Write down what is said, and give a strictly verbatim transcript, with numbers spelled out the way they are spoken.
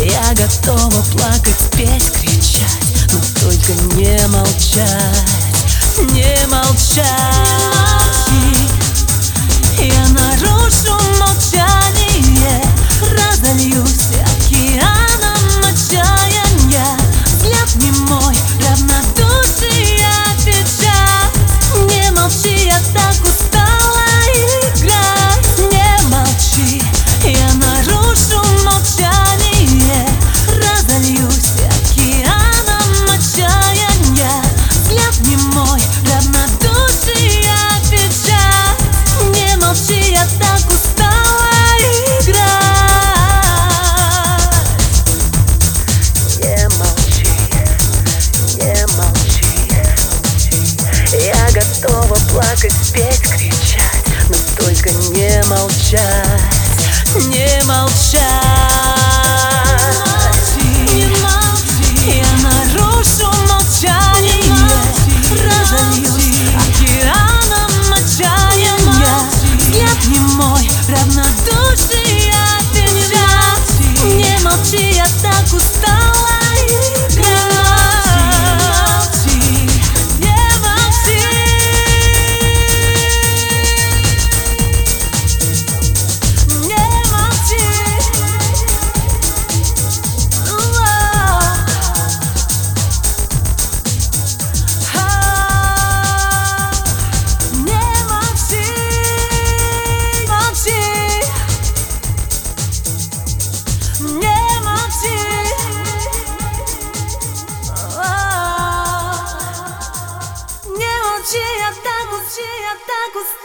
Я готова плакать, петь, кричать, но только не молчать, не молчать. Я нарушу молчание, разольюсь океаном отчаяния. Взгляд не мой, равнодушие, печаль. Не молчи, я так устала играть. Не молчи, я нарушу молчание, разольюсь океаном отчаяния. Взгляд не мой, равнодушие, печаль. Не молчи, я так устала играть. Не молчи, не молчи. Я готова плакать, петь, кричать, но только не молчать, не молчать. Не молчи, я нарушу молчание, разольюсь океаном отчаяния. Взгляд не мой, равнодушие, печаль. Не молчи, я так устала играть. Не молчи, не молчи. Не молчи, молчи. Не молчи. Не молчи, я так молчи, я так устала.